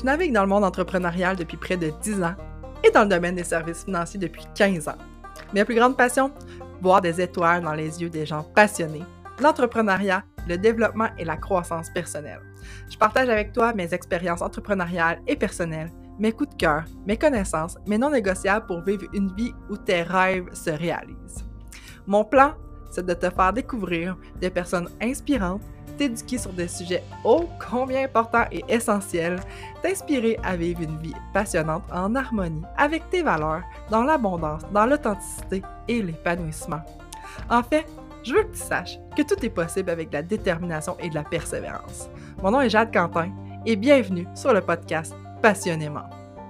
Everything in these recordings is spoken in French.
Je navigue dans le monde entrepreneurial depuis près de 10 ans et dans le domaine des services financiers depuis 15 ans. Mes plus grandes passions? Voir des étoiles dans les yeux des gens passionnés, l'entrepreneuriat, le développement et la croissance personnelle. Je partage avec toi mes expériences entrepreneuriales et personnelles, mes coups de cœur, mes connaissances, mes non négociables pour vivre une vie où tes rêves se réalisent. Mon plan, c'est de te faire découvrir des personnes inspirantes, t'éduquer sur des sujets ô combien importants et essentiels, t'inspirer à vivre une vie passionnante en harmonie avec tes valeurs, dans l'abondance, dans l'authenticité et l'épanouissement. En fait, je veux que tu saches que tout est possible avec de la détermination et de la persévérance. Mon nom est Jade Quentin et bienvenue sur le podcast Passionnément.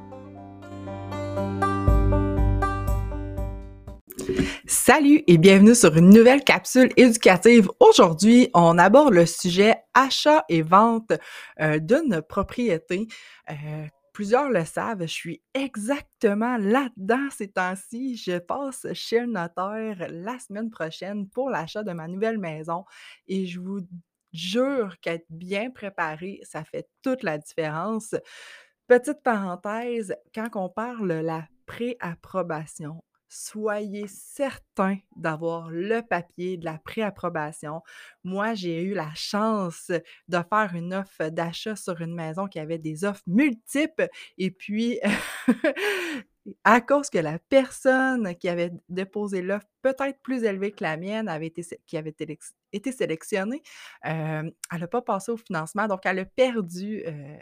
Salut et bienvenue sur une nouvelle capsule éducative. Aujourd'hui, on aborde le sujet achat et vente d'une propriété. Plusieurs le savent, je suis exactement là-dedans ces temps-ci. Je passe chez le notaire la semaine prochaine pour l'achat de ma nouvelle maison et je vous jure qu'être bien préparé, ça fait toute la différence. Petite parenthèse, quand on parle de la préapprobation, soyez certains d'avoir le papier de la préapprobation. Moi, j'ai eu la chance de faire une offre d'achat sur une maison qui avait des offres multiples et puis à cause que la personne qui avait déposé l'offre peut-être plus élevée que la mienne qui avait été sélectionnée, elle n'a pas passé au financement, donc elle a perdu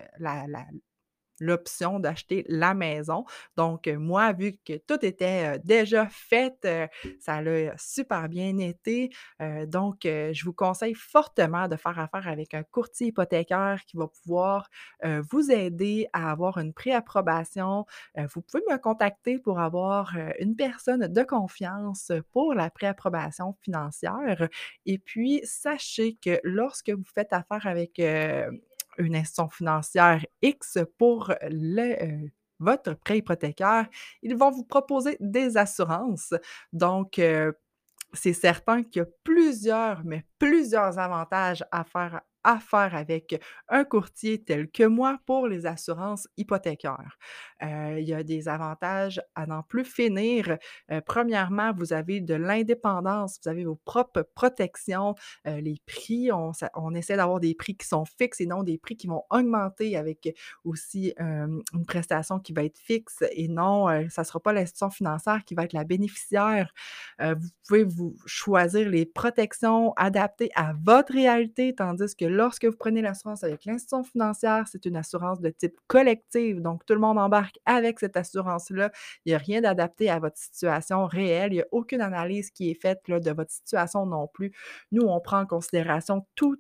l'option d'acheter la maison. Donc, moi, vu que tout était déjà fait, ça l'a super bien été. Donc, je vous conseille fortement de faire affaire avec un courtier hypothécaire qui va pouvoir vous aider à avoir une préapprobation. Vous pouvez me contacter pour avoir une personne de confiance pour la préapprobation financière. Et puis, sachez que lorsque vous faites affaire avec une institution financière X pour votre prêt hypothécaire, ils vont vous proposer des assurances. Donc, c'est certain qu'il y a plusieurs avantages à faire avec un courtier tel que moi pour les assurances hypothécaires. Il y a des avantages à n'en plus finir. Premièrement, vous avez de l'indépendance, vous avez vos propres protections. Les prix, on essaie d'avoir des prix qui sont fixes et non des prix qui vont augmenter avec aussi une prestation qui va être fixe et non, ça ne sera pas l'institution financière qui va être la bénéficiaire. Vous pouvez vous choisir les protections adaptées à votre réalité, tandis que lorsque vous prenez l'assurance avec l'institution financière, c'est une assurance de type collective. Donc, tout le monde embarque avec cette assurance-là. Il n'y a rien d'adapté à votre situation réelle. Il n'y a aucune analyse qui est faite là, de votre situation non plus. Nous, on prend en considération tout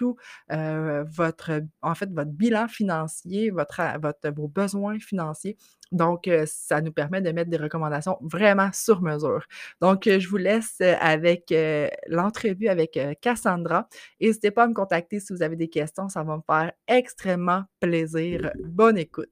votre bilan financier, vos besoins financiers. Donc, ça nous permet de mettre des recommandations vraiment sur mesure. Donc, je vous laisse avec l'entrevue avec Cassandra. N'hésitez pas à me contacter si vous avez des questions, ça va me faire extrêmement plaisir. Bonne écoute.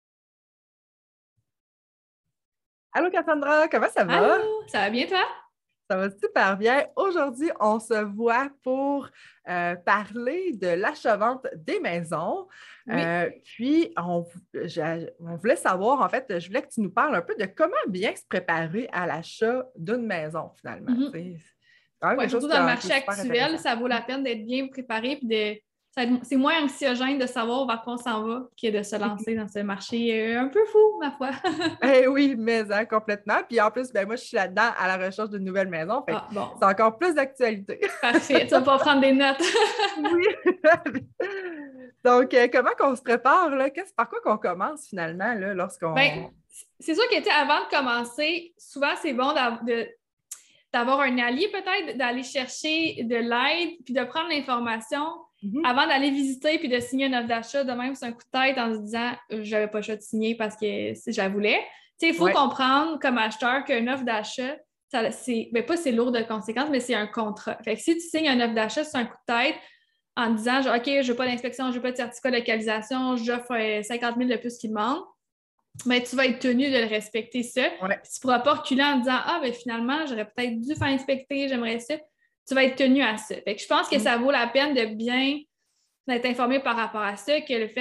Allô Cassandra, comment ça va? Allô, ça va bien toi? Ça va super bien. Aujourd'hui, on se voit pour parler de l'achat-vente des maisons. Oui. Puis, on voulait savoir, en fait, je voulais que tu nous parles un peu de comment bien se préparer à l'achat d'une maison, finalement. C'est quand même quelque chose Surtout dans le qui marché est super actuel, intéressant. ça vaut la peine d'être bien préparé puis c'est moins anxiogène de savoir vers quoi on s'en va que de se lancer dans ce marché un peu fou, ma foi. Eh oui, mais complètement. Puis en plus, moi, je suis là-dedans à la recherche d'une nouvelle maison. Fait que Bon. c'est encore plus d'actualité. Parfait. Tu vas pas prendre des notes. Oui. Donc, comment qu'on se prépare, là? Par quoi qu'on commence finalement, là, lorsqu'on. C'est sûr avant de commencer, souvent, c'est bon d'avoir un allié peut-être, d'aller chercher de l'aide, puis de prendre l'information avant d'aller visiter, puis de signer une offre d'achat. De même, c'est un coup de tête en se disant « j'avais pas le choix de signer parce que je la voulais ». Il faut comprendre comme acheteur qu'une offre d'achat, pas c'est lourd de conséquences, mais c'est un contrat. Fait que si tu signes une offre d'achat, c'est un coup de tête en disant « OK, je veux pas d'inspection, je veux pas de certificat de localisation, j'offre 50 000 de plus qu'il demande ». Mais tu vas être tenu de le respecter, ça. Ouais. Tu ne pourras pas reculer en disant « Ah, ben finalement, j'aurais peut-être dû faire inspecter, j'aimerais ça. » Tu vas être tenu à ça. Fait que je pense que ça vaut la peine de bien être informé par rapport à ça, que le fait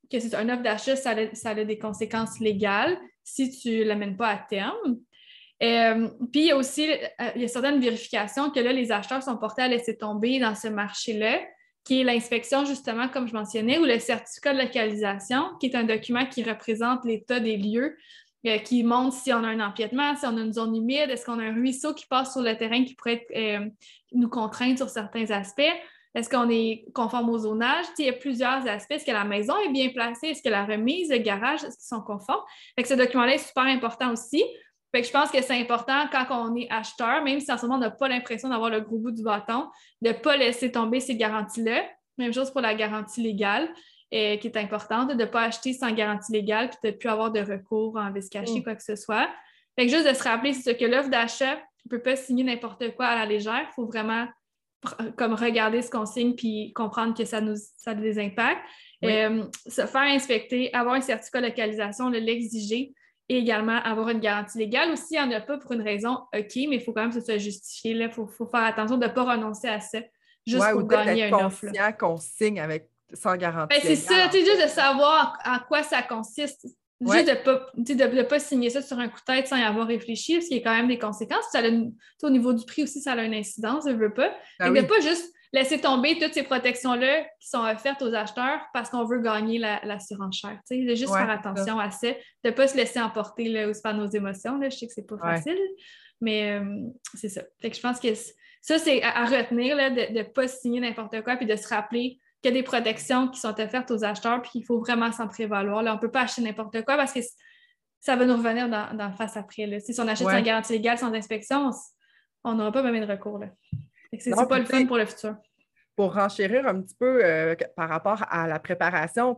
que c'est un offre d'achat, ça a des conséquences légales si tu ne l'amènes pas à terme. Puis il y a aussi il y a certaines vérifications que là, les acheteurs sont portés à laisser tomber dans ce marché-là, qui est l'inspection, justement, comme je mentionnais, ou le certificat de localisation, qui est un document qui représente l'état des lieux, qui montre si on a un empiètement, si on a une zone humide, est-ce qu'on a un ruisseau qui passe sur le terrain qui pourrait nous contraindre sur certains aspects. Est-ce qu'on est conforme au zonage? Il y a plusieurs aspects. Est-ce que la maison est bien placée? Est-ce que la remise, le garage, est-ce qu'ils sont conformes? Fait que ce document-là est super important aussi. Fait que je pense que c'est important quand on est acheteur, même si en ce moment on n'a pas l'impression d'avoir le gros bout du bâton, de ne pas laisser tomber ces garanties-là. Même chose pour la garantie légale, qui est importante, de ne pas acheter sans garantie légale puis de ne plus avoir de recours en vice caché, quoi que ce soit. Fait que juste de se rappeler, c'est ce que l'offre d'achat, on ne peut pas signer n'importe quoi à la légère. Il faut vraiment comme regarder ce qu'on signe puis comprendre que ça a des impacts. Oui. Se faire inspecter, avoir un certificat de localisation, l'exiger et également avoir une garantie légale. Ou s'il n'y en a pas pour une raison, OK, mais il faut quand même que ça soit justifié. Il faut faire attention de ne pas renoncer à ça juste pour gagner une offre. Ou d'être conscient qu'on signe sans garantie légale. C'est ça, juste de savoir en quoi ça consiste. Juste de ne pas signer ça sur un coup de tête sans y avoir réfléchi, parce qu'il y a quand même des conséquences. Ça au niveau du prix aussi, ça a une incidence, je ne veux pas. De ne pas juste laisser tomber toutes ces protections-là qui sont offertes aux acheteurs parce qu'on veut gagner la surenchère. De juste faire attention à ça, de ne pas se laisser emporter là, ou se faire nos émotions. Là. Je sais que c'est pas facile, mais c'est ça. Fait que je pense que ça, c'est à retenir, là, de ne pas signer n'importe quoi puis de se rappeler qu'il y a des protections qui sont offertes aux acheteurs puis qu'il faut vraiment s'en prévaloir. Là, on ne peut pas acheter n'importe quoi parce que ça va nous revenir dans le face après. Là. Si on achète sans garantie légale, sans inspection, on n'aura pas même de recours. Là. C'est pas le fun pour le futur. Pour renchérir un petit peu par rapport à la préparation,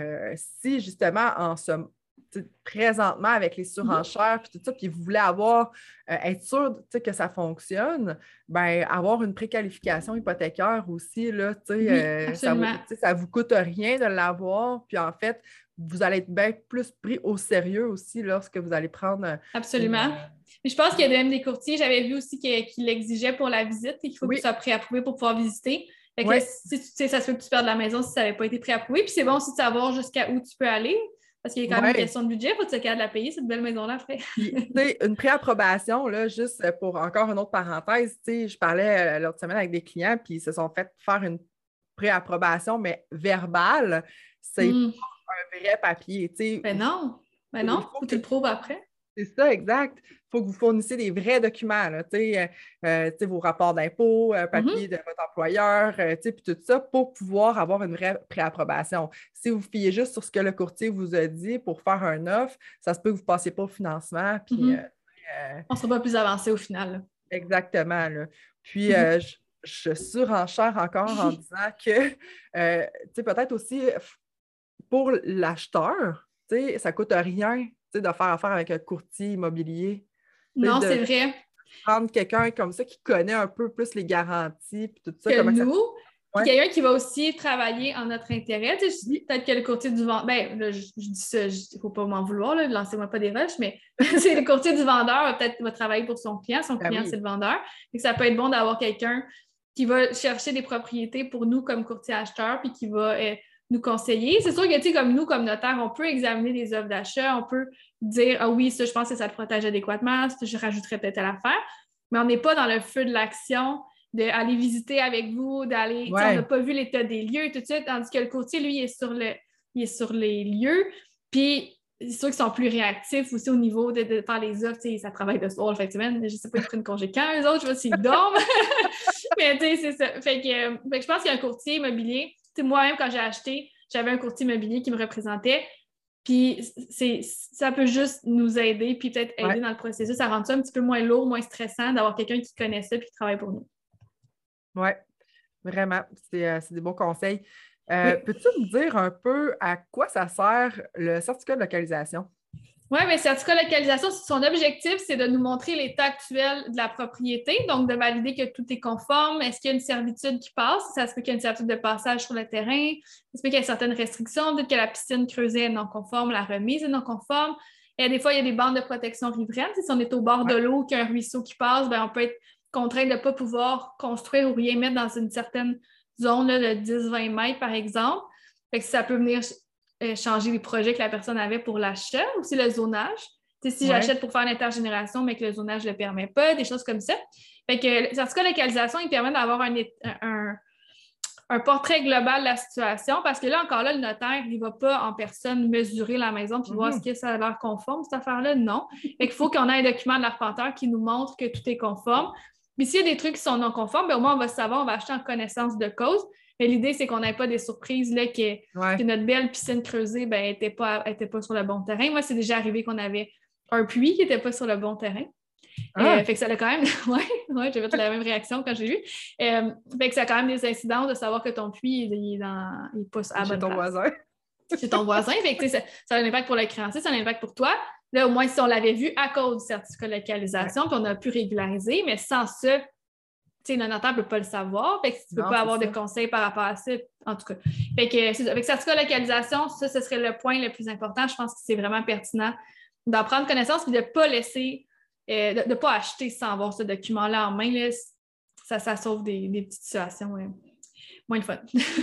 si justement présentement avec les surenchères puis tout ça, puis vous voulez être sûr que ça fonctionne, ben avoir une préqualification hypothécaire aussi, là, ça vous coûte rien de l'avoir, puis en fait, vous allez être bien plus pris au sérieux aussi lorsque vous allez prendre... Absolument. Mais je pense qu'il y a même des courtiers, j'avais vu aussi qu'ils l'exigeaient pour la visite et qu'il faut que tu sois préapprouvé pour pouvoir visiter. Fait que si ça se fait que tu perds de la maison si ça n'avait pas été préapprouvé. Puis c'est bon aussi de savoir jusqu'à où tu peux aller. Parce qu'il y a quand même une question de budget, il faut que tu sois capable de la payer, cette belle maison-là, après. Une préapprobation, là, juste pour encore une autre parenthèse, je parlais l'autre semaine avec des clients, puis ils se sont fait faire une préapprobation, mais verbale. C'est pas un vrai papier. Ben non, faut que tu le prouves après. C'est ça, exact. Il faut que vous fournissiez des vrais documents, là, vos rapports d'impôt, papier de votre employeur, puis tout ça, pour pouvoir avoir une vraie préapprobation. Si vous fiez juste sur ce que le courtier vous a dit pour faire un offre, ça se peut que vous ne passiez pas au financement. Puis, on ne sera pas plus avancé au final. Là. Exactement. Là. Puis, je surenchère encore en disant que, peut-être aussi pour l'acheteur, ça ne coûte rien de faire affaire avec un courtier immobilier. Non, c'est vrai. Prendre quelqu'un comme ça qui connaît un peu plus les garanties puis tout ça. Que nous, quelqu'un qui va aussi travailler en notre intérêt. Peut-être que le courtier du vendeur, là, je dis ça, il ne faut pas m'en vouloir, là, lancez-moi pas des rushs, mais c'est le courtier du vendeur va travailler pour son client. Son client, c'est le vendeur. Et ça peut être bon d'avoir quelqu'un qui va chercher des propriétés pour nous comme courtier acheteur puis qui va nous conseiller. C'est sûr que, comme nous, comme notaire, on peut examiner les offres d'achat, on peut dire « Ah oui, ça, je pense que ça te protège adéquatement, ça, je rajouterais peut-être à l'affaire. » Mais on n'est pas dans le feu de l'action d'aller visiter avec vous, d'aller... On n'a pas vu l'état des lieux, tout de suite, tandis que le courtier, lui, il est sur les lieux, puis c'est sûr qu'ils sont plus réactifs aussi au niveau de faire les offres. Ça travaille de soir, le fin de semaine. Je ne sais pas, ils prennent congé quand, eux autres, je sais pas s'ils dorment. Mais c'est ça. Fait que je pense qu'il y a un courtier immobilier. Moi-même, quand j'ai acheté, j'avais un courtier immobilier qui me représentait. Puis ça peut juste nous aider, puis peut-être aider dans le processus. Ça rend ça un petit peu moins lourd, moins stressant d'avoir quelqu'un qui connaît ça et qui travaille pour nous. Oui, vraiment. C'est des bons conseils. Peux-tu me dire un peu à quoi ça sert le certificat de localisation? Oui, mais le certificat de localisation, son objectif, c'est de nous montrer l'état actuel de la propriété, donc de valider que tout est conforme. Est-ce qu'il y a une servitude qui passe? Ça se peut qu'il y ait une servitude de passage sur le terrain. Ça se peut qu'il y ait certaines restrictions, peut-être que la piscine creusée est non conforme, la remise est non conforme. Et des fois, il y a des bandes de protection riveraines. Si on est au bord de l'eau, qu'il y a un ruisseau qui passe, on peut être contraint de ne pas pouvoir construire ou rien mettre dans une certaine zone là, de 10-20 mètres, par exemple. Fait que ça peut venir changer les projets que la personne avait pour l'achat, aussi le zonage. Si j'achète pour faire l'intergénération, mais que le zonage ne le permet pas, des choses comme ça. Fait que le certificat de localisation, il permet d'avoir un portrait global de la situation parce que là, encore là, le notaire, il ne va pas en personne mesurer la maison puis voir ce que ça a l'air conforme, cette affaire-là. Non. Fait qu'il faut qu'on ait un document de l'arpenteur qui nous montre que tout est conforme. Puis s'il y a des trucs qui sont non conformes, bien, au moins, on va savoir, on va acheter en connaissance de cause. Mais l'idée, c'est qu'on n'ait pas des surprises, là, que notre belle piscine creusée n'était pas sur le bon terrain. Moi, c'est déjà arrivé qu'on avait un puits qui n'était pas sur le bon terrain. Fait que ça a quand même. Ouais, j'ai fait la même réaction quand j'ai vu. Fait que ça a quand même des incidences de savoir que ton puits, il pousse à la bonne place. Voisin. C'est ton voisin. Fait que ça a un impact pour le créancier, ça a un impact pour toi. Là, au moins, si on l'avait vu à cause du certificat de localisation, puis on a pu régulariser, mais sans ça, le notaire ne peut pas le savoir. Fait que tu ne peux pas avoir de conseils par rapport à ça, en tout cas. Fait que avec certificat de localisation, ça, ce serait le point le plus important. Je pense que c'est vraiment pertinent d'en prendre connaissance et de ne pas laisser, de ne pas acheter sans avoir ce document-là en main. Là, ça sauve des petites situations moins le fun.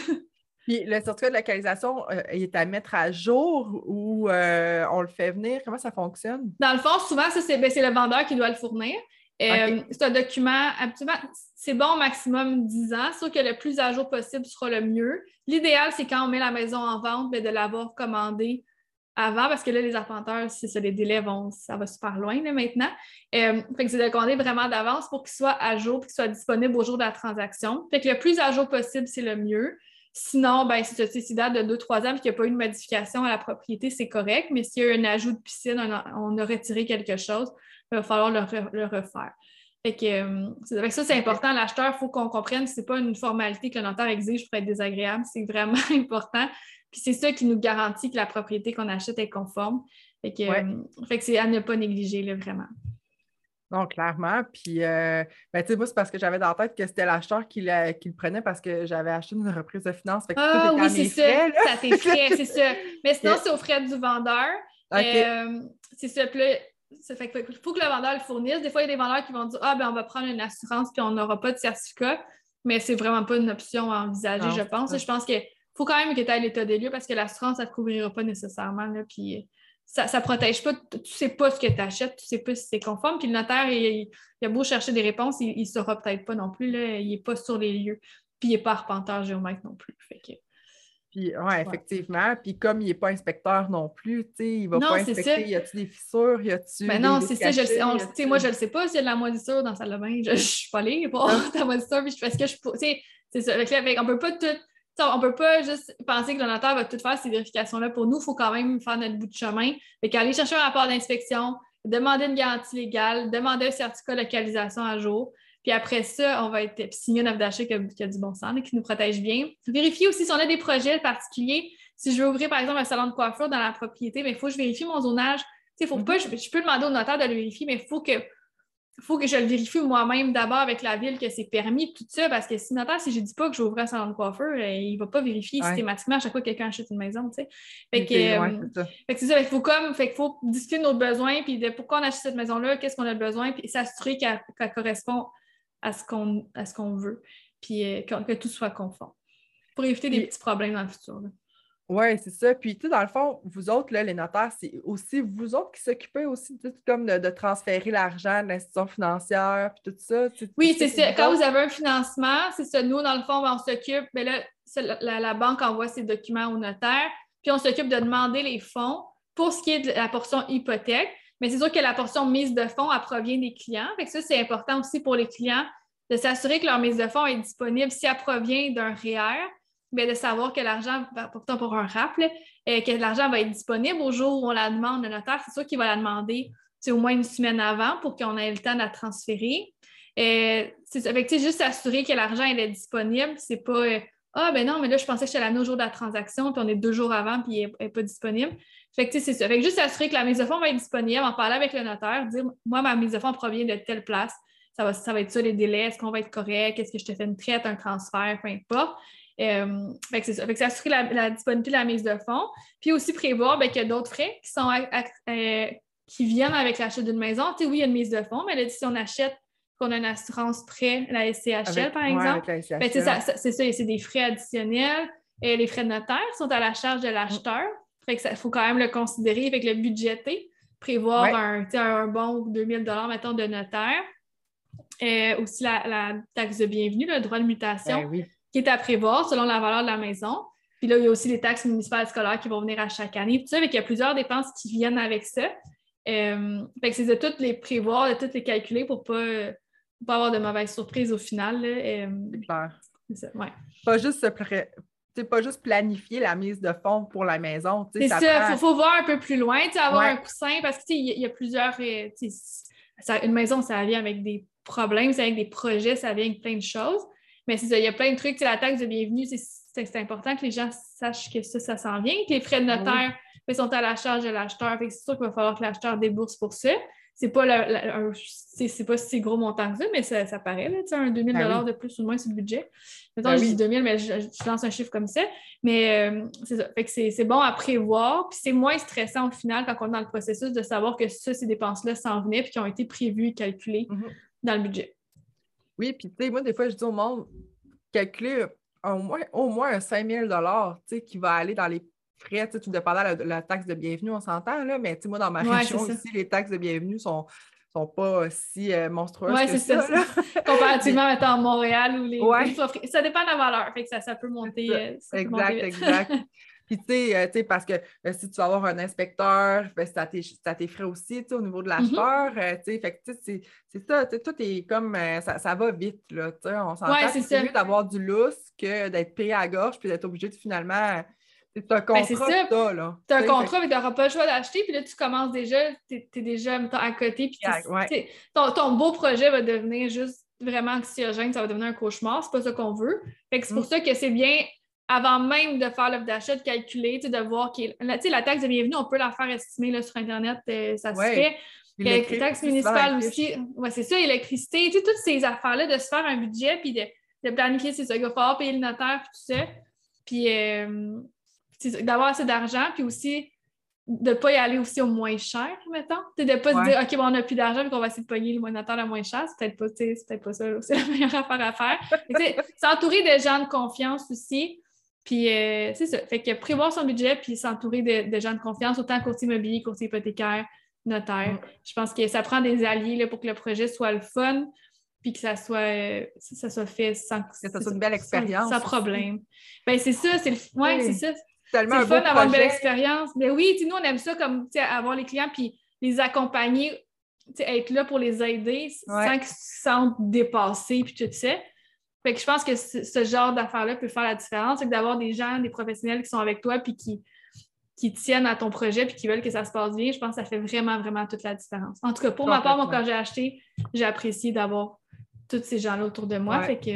Puis le certificat de localisation, il est à mettre à jour ou on le fait venir? Comment ça fonctionne? Dans le fond, souvent, ça, c'est le vendeur qui doit le fournir. C'est un document, absolument, c'est bon au maximum 10 ans, sauf que le plus à jour possible sera le mieux. L'idéal, c'est quand on met la maison en vente, de l'avoir commandé avant, parce que là, les arpenteurs, c'est ça, les délais ça va super loin là, maintenant. Fait que c'est de commander vraiment d'avance pour qu'il soit à jour et qu'il soit disponible au jour de la transaction. Fait que le plus à jour possible, c'est le mieux. Sinon, ben, si ça date de 2-3 ans et qu'il n'y a pas eu de modification à la propriété, c'est correct. Mais s'il y a eu un ajout de piscine, on a retiré quelque chose, il va falloir le refaire. Fait que ça, c'est important. L'acheteur, il faut qu'on comprenne que ce n'est pas une formalité que le notaire exige pour être désagréable. C'est vraiment important. Puis c'est ça qui nous garantit que la propriété qu'on achète est conforme. Fait que c'est à ne pas négliger, là, vraiment. Non, clairement. Puis, ben, tu sais, moi, c'est parce que j'avais dans la tête que c'était l'acheteur qui le prenait parce que j'avais acheté une reprise de finance. Fait que tout était à mes frais. Ça, ça tes frais, c'est ça. Mais sinon, c'est aux frais du vendeur. C'est ça. Puis là, fait qu'il faut que le vendeur le fournisse. Des fois, il y a des vendeurs qui vont dire on va prendre une assurance puis on n'aura pas de certificat. Mais c'est vraiment pas une option à envisager, je pense. Je pense qu'il faut quand même que tu aies l'état des lieux parce que l'assurance, ça ne te couvrira pas nécessairement. Là, puis ça ne protège pas. Tu ne sais pas ce que tu achètes, tu ne sais pas si c'est conforme. Puis le notaire, il a beau chercher des réponses, il ne saura peut-être pas non plus. Là, il n'est pas sur les lieux. Puis il n'est pas arpenteur géomètre non plus. Fait que, puis, effectivement. Puis comme il n'est pas inspecteur non plus, tu sais, il ne va pas inspecter. Y a-tu des fissures? Y a-tu ben non, c'est ça. Moi, je ne le sais pas s'il y a de la moisissure dans la salle de bain. Je ne suis pas allée pour la moisissure. Puis parce que c'est ça. Fait on peut pas tout. On ne peut pas juste penser que le notaire va tout faire ces vérifications-là pour nous. Il faut quand même faire notre bout de chemin. Fait qu'aller chercher un rapport d'inspection, demander une garantie légale, demander un certificat de localisation à jour. Puis après ça, on va être signer un offre d'achat qui a du bon sens, qui nous protège bien. Vérifier aussi si on a des projets particuliers. Si je veux ouvrir, par exemple, un salon de coiffure dans la propriété, il faut que je vérifie mon zonage. Faut pas, je peux demander au notaire de le vérifier, mais il faut que je le vérifie moi-même d'abord avec la ville que c'est permis, tout ça, parce que si je ne dis pas que je vais ouvrir un salon de coiffeur, il ne va pas vérifier systématiquement à chaque fois que quelqu'un achète une maison, tu sais. Fait que c'est ça. Il faut discuter de nos besoins, puis de pourquoi on achète cette maison-là, qu'est-ce qu'on a besoin, puis s'assurer qu'elle correspond à ce qu'on veut, puis que tout soit conforme, pour éviter des petits problèmes dans le futur, là. Oui, c'est ça. Puis, tu sais, dans le fond, vous autres, là, les notaires, c'est aussi vous autres qui s'occupez aussi comme de transférer l'argent de l'institution financière, puis tout ça. Oui, c'est ça. Quand vous avez un financement, c'est ça. Nous, dans le fond, on s'occupe, mais là, la banque envoie ses documents au notaire, puis on s'occupe de demander les fonds pour ce qui est de la portion hypothèque. Mais c'est sûr que la portion mise de fonds, elle provient des clients. Fait que ça, c'est important aussi pour les clients de s'assurer que leur mise de fonds est disponible si elle provient d'un REER. Bien, de savoir que l'argent, pourtant pour un RAP, que l'argent va être disponible au jour où on la demande, le notaire, c'est sûr qu'il va la demander au moins une semaine avant pour qu'on ait le temps de la transférer. C'est ça. Fait que, juste s'assurer que l'argent est disponible, c'est pas ben non, mais là, je pensais que j'étais l'année au jour de la transaction, puis on est 2 jours avant, puis elle n'est pas disponible. Fait que c'est ça. Fait que juste s'assurer que la mise de fonds va être disponible, en parler avec le notaire, dire moi, ma mise de fonds provient de telle place, ça va être ça les délais, est-ce qu'on va être correct, est-ce que je te fais une traite, un transfert, peu importe. Fait que c'est ça. Fait que c'est assurer la disponibilité de la mise de fonds. Puis aussi prévoir qu'il y a d'autres frais qui viennent avec l'achat d'une maison. Tu sais, oui, il y a une mise de fonds, mais là, si on achète qu'on a une assurance prêt, la SCHL, par exemple, c'est ça, c'est des frais additionnels. Les frais de notaire sont à la charge de l'acheteur. Fait que ça, faut quand même le considérer, fait que le budgéter, prévoir un bon 2000 $ mettons, de notaire. Aussi la taxe de bienvenue, le droit de mutation, qui est à prévoir selon la valeur de la maison. Puis là, il y a aussi les taxes municipales scolaires qui vont venir à chaque année. Tout ça, fait qu'il y a plusieurs dépenses qui viennent avec ça. Fait que c'est de toutes les prévoir, de toutes les calculer pour pas avoir de mauvaises surprises au final. C'est clair. C'est ça, ouais. Pas juste planifier la mise de fonds pour la maison. C'est ça, il faut voir un peu plus loin, avoir un coussin, parce qu'il y a plusieurs... une maison, ça vient avec des problèmes, ça vient avec des projets, ça vient avec plein de choses. Mais c'est ça, il y a plein de trucs. La taxe de bienvenue, c'est important que les gens sachent que ça s'en vient, que les frais de notaire sont à la charge de l'acheteur. C'est sûr qu'il va falloir que l'acheteur débourse pour ça. C'est pas c'est pas si gros montant que ça, mais ça paraît, là, un 2000 $ de plus ou de moins sur le budget. Mettons, je dis 2000, mais je lance un chiffre comme ça. Mais c'est ça. Fait que c'est bon à prévoir. Puis c'est moins stressant au final quand on est dans le processus de savoir que ces dépenses-là s'en venaient puis qui ont été prévues et calculées dans le budget. Oui, puis tu sais, moi, des fois, je dis au monde, calculer au moins un 5 000 $ qui va aller dans les frais, tout dépendant de la taxe de bienvenue, on s'entend, là, mais moi, dans ma région aussi, les taxes de bienvenue sont pas si monstrueuses que ça. Comparativement, mettons, à Montréal ou ça dépend de la valeur, fait que ça peut monter. Exact. Puis, tu sais, parce que si tu vas avoir un inspecteur, c'est à tes frais aussi, tu sais, au niveau de l'acheteur. Tu sais, fait que, tu sais, c'est ça, tout est comme, ça va vite, là, tu sais, on s'entend que c'est mieux d'avoir du lousse que d'être payé à la gorge puis d'être obligé de finalement... C'est un contrat que t'as, là. C'est un contrat, mais tu n'auras pas le choix d'acheter, puis là, tu commences déjà, tu es déjà mettons, à côté, puis ton beau projet va devenir juste vraiment anxiogène, ça va devenir un cauchemar, c'est pas ça qu'on veut. Fait que c'est pour ça que c'est bien, avant même de faire l'offre d'achat, de calculer, de voir la taxe de bienvenue, on peut la faire estimer là, sur Internet, ça se fait. Les taxes municipales aussi, c'est ça, l'électricité, toutes ces affaires-là, de se faire un budget, puis de planifier, c'est ça, il va falloir payer le notaire, puis tout ça. Puis d'avoir assez d'argent, puis aussi de ne pas y aller aussi au moins cher, mettons. De ne pas se dire, OK, bon, on n'a plus d'argent, puis qu'on va essayer de pogner le notaire le moins cher. C'est peut-être pas ça, c'est la meilleure affaire à faire. S'entourer de gens de confiance aussi. Puis, c'est ça. Fait que prévoir son budget, puis s'entourer de gens de confiance, autant courtier immobilier, courtier hypothécaire, notaire. Je pense que ça prend des alliés là, pour que le projet soit le fun, puis que ça soit fait sans... Que ça soit une belle expérience. Sans problème. Bien, c'est ça. C'est ça. C'est le fun d'avoir une belle expérience. Mais oui, nous, on aime ça comme avoir les clients puis les accompagner, être là pour les aider sans qu'ils se sentent dépassés puis tout ça. Fait que je pense que ce genre d'affaires-là peut faire la différence. C'est que d'avoir des gens, des professionnels qui sont avec toi puis qui tiennent à ton projet puis qui veulent que ça se passe bien, je pense que ça fait vraiment, vraiment toute la différence. En tout cas, pour ma part, moi, quand j'ai acheté, j'ai apprécié d'avoir tous ces gens-là autour de moi. Fait que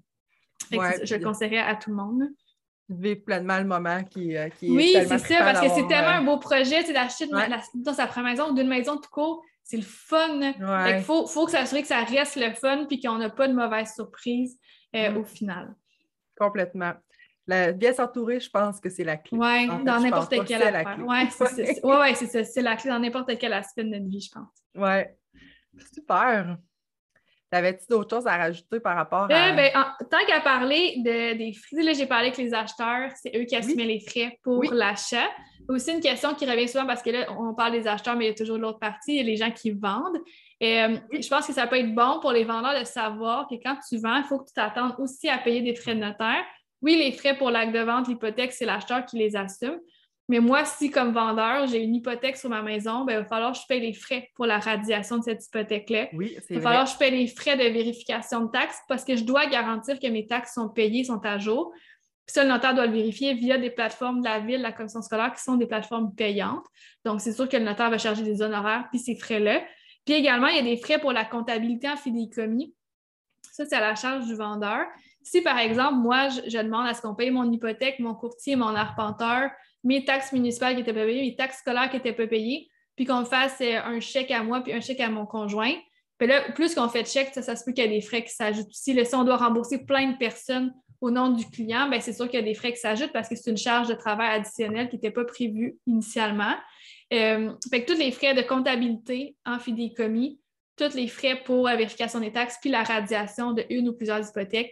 je le conseillerais à tout le monde. Vivre pleinement le moment qui est oui, c'est ça, parce que c'est tellement un beau projet, d'acheter sa première maison ou d'une maison tout court, c'est le fun. Il faut s'assurer que ça reste le fun puis qu'on n'a pas de mauvaises surprises au final. Complètement. Bien s'entourer, je pense que c'est la clé. Oui, dans n'importe quelle affaire. Oui, c'est ça. C'est la clé dans n'importe quel aspect de notre vie, je pense. Oui. Super. Avais-tu d'autres choses à rajouter par rapport à... tant qu'à parler des frais, là, j'ai parlé avec les acheteurs, c'est eux qui assumaient les frais pour l'achat. Aussi une question qui revient souvent parce que là, on parle des acheteurs, mais il y a toujours l'autre partie, il y a les gens qui vendent. Je pense que ça peut être bon pour les vendeurs de savoir que quand tu vends, il faut que tu t'attendes aussi à payer des frais de notaire. Oui, les frais pour l'acte de vente, l'hypothèque, c'est l'acheteur qui les assume. Mais moi, si comme vendeur, j'ai une hypothèque sur ma maison, il va falloir que je paye les frais pour la radiation de cette hypothèque-là. Oui, il va falloir que je paye les frais de vérification de taxes parce que je dois garantir que mes taxes sont payées, sont à jour. Puis ça, le notaire doit le vérifier via des plateformes de la ville, la commission scolaire, qui sont des plateformes payantes. Donc, c'est sûr que le notaire va charger des honoraires puis ces frais-là. Puis également, il y a des frais pour la comptabilité en fidéicommis. Ça, c'est à la charge du vendeur. Si, par exemple, moi, je demande à ce qu'on paye mon hypothèque, mon courtier, mon arpenteur, mes taxes municipales qui étaient pas payées, mes taxes scolaires qui n'étaient pas payées, puis qu'on fasse un chèque à moi puis un chèque à mon conjoint, puis là, plus qu'on fait de chèques, ça se peut qu'il y a des frais qui s'ajoutent aussi. Là, si on doit rembourser plein de personnes au nom du client, bien, c'est sûr qu'il y a des frais qui s'ajoutent parce que c'est une charge de travail additionnelle qui n'était pas prévue initialement. Fait que tous les frais de comptabilité en fidéicommis, tous les frais pour la vérification des taxes, puis la radiation de une ou plusieurs hypothèques,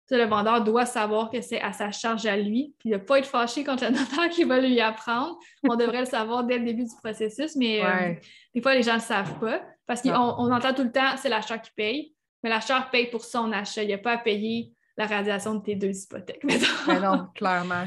le vendeur doit savoir que c'est à sa charge à lui, puis de ne pas être fâché contre le notaire qui va lui apprendre. On devrait le savoir dès le début du processus, mais des fois, les gens ne le savent pas. Parce qu'on entend tout le temps, c'est l'acheteur qui paye, mais l'acheteur paye pour son achat. Il n'y a pas à payer la radiation de tes 2 hypothèques. Mais non, clairement.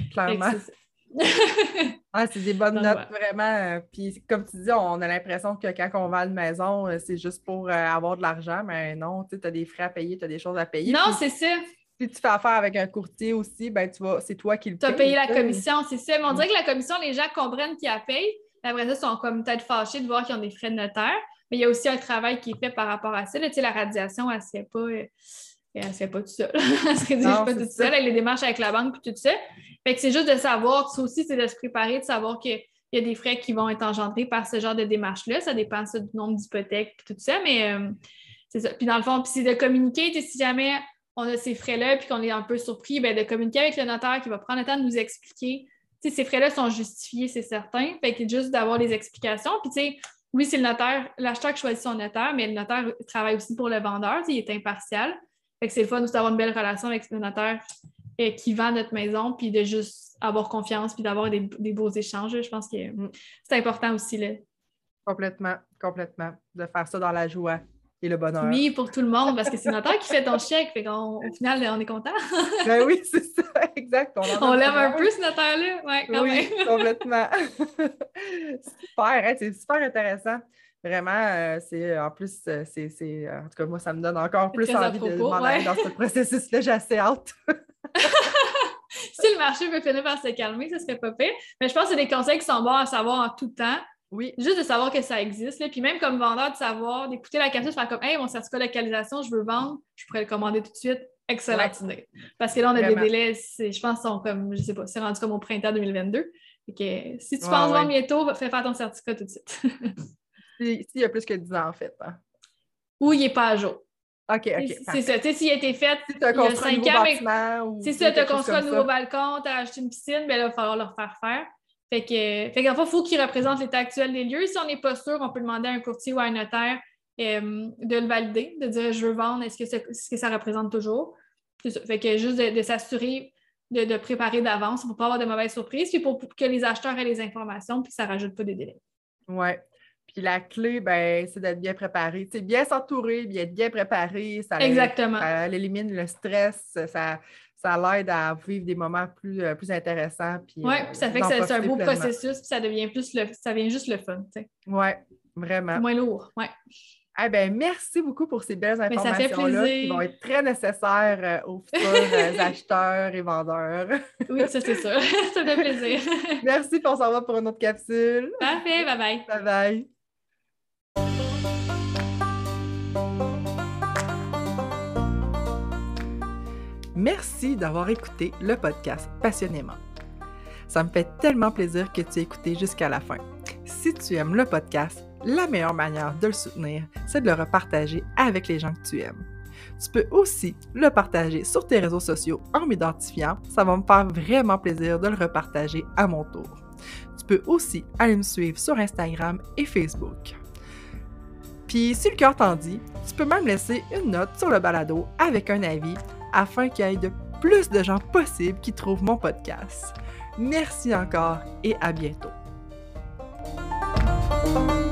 C'est des bonnes notes, vraiment. Puis comme tu dis, on a l'impression que quand on vend une maison, c'est juste pour avoir de l'argent, mais non, tu as des frais à payer, tu as des choses à payer. Non, puis, c'est ça. Si tu fais affaire avec un courtier aussi, ben c'est toi qui le payes. Tu as payé la commission, c'est ça. Mais on dirait que la commission, les gens comprennent qu'ils la payent. Après ça, ils sont comme peut-être fâchés de voir qu'ils ont des frais de notaire. Mais il y a aussi un travail qui est fait par rapport à ça. Là, la radiation, elle ne se fait pas toute seule. Elle se rédige pas toute seule. Elle les démarches avec la banque et tout ça. Fait que c'est juste de savoir, ça aussi, c'est de se préparer, de savoir qu'il y a des frais qui vont être engendrés par ce genre de démarche-là. Ça dépend du nombre d'hypothèques et tout ça, mais c'est ça. Puis dans le fond, c'est de communiquer, si jamais on a ces frais-là puis qu'on est un peu surpris, bien, de communiquer avec le notaire qui va prendre le temps de nous expliquer. Ces frais-là sont justifiés, c'est certain. Fait que juste d'avoir les explications. Puis oui, c'est l'acheteur qui choisit son notaire, mais le notaire travaille aussi pour le vendeur, il est impartial. Fait que c'est le fun d'avoir une belle relation avec le notaire qui vend notre maison, puis de juste avoir confiance, puis d'avoir des beaux échanges. Je pense que c'est important aussi. Là. Complètement. De faire ça dans la joie et le bonheur. Oui, pour tout le monde, parce que c'est le notaire qui fait ton chèque. Fait qu'au final, on est content. Ben oui, c'est ça, exact. On l'aime un peu, ce notaire-là. Ouais, quand même. Complètement. Super, c'est super intéressant. Vraiment, en plus, en tout cas, moi, ça me donne encore plus envie de m'en aller dans ce processus-là. J'ai assez hâte. Si le marché veut finir par se calmer, ça serait pas pire. Mais je pense que c'est des conseils qui sont bons à savoir en tout temps. Oui. Juste de savoir que ça existe. Là. Puis même comme vendeur, de savoir, d'écouter la capsule, de faire comme « Hey, mon certificat de localisation, je veux vendre, je pourrais le commander tout de suite. » Excellente idée. Parce que là, on a des délais, je pense, sont comme, je sais pas, c'est rendu comme au printemps 2022. Fait que si tu penses vendre bientôt, fais faire ton certificat tout de suite. S'il y a plus que 10 ans, en fait. Hein. Ou il n'est pas à jour. OK. C'est ça. Tu sais, s'il a été fait si tu as construit un nouveau bâtiment, c'est ça, tu as construit un nouveau balcon, tu as acheté une piscine, bien là, il va falloir le refaire faire. Fait qu'en fait, il faut qu'il représente l'état actuel des lieux. Si on n'est pas sûr, on peut demander à un courtier ou à un notaire de le valider, de dire je veux vendre, est-ce que ça représente toujours? C'est ça. Fait que juste de s'assurer de préparer d'avance pour ne pas avoir de mauvaises surprises, puis pour que les acheteurs aient les informations, puis que ça ne rajoute pas des délais. Oui. Puis la clé, ben, c'est d'être bien préparé. Tu sais, bien s'entourer, bien être bien préparé. Exactement. Ça élimine le stress, ça l'aide à vivre des moments plus intéressants. Oui, puis ça fait que c'est un beau processus, puis ça devient ça devient juste le fun. Oui, vraiment. Moins lourd, oui. Eh bien, merci beaucoup pour ces belles informations-là qui vont être très nécessaires aux futurs acheteurs et vendeurs. Oui, ça c'est sûr. Ça fait plaisir. Merci, puis on s'en va pour une autre capsule. Parfait, bye-bye. Bye-bye. Merci d'avoir écouté le podcast passionnément. Ça me fait tellement plaisir que tu aies écouté jusqu'à la fin. Si tu aimes le podcast, la meilleure manière de le soutenir, c'est de le repartager avec les gens que tu aimes. Tu peux aussi le partager sur tes réseaux sociaux en m'identifiant. Ça va me faire vraiment plaisir de le repartager à mon tour. Tu peux aussi aller me suivre sur Instagram et Facebook. Puis, si le cœur t'en dit, tu peux même laisser une note sur le balado avec un avis afin qu'il y ait de plus de gens possibles qui trouvent mon podcast. Merci encore et à bientôt.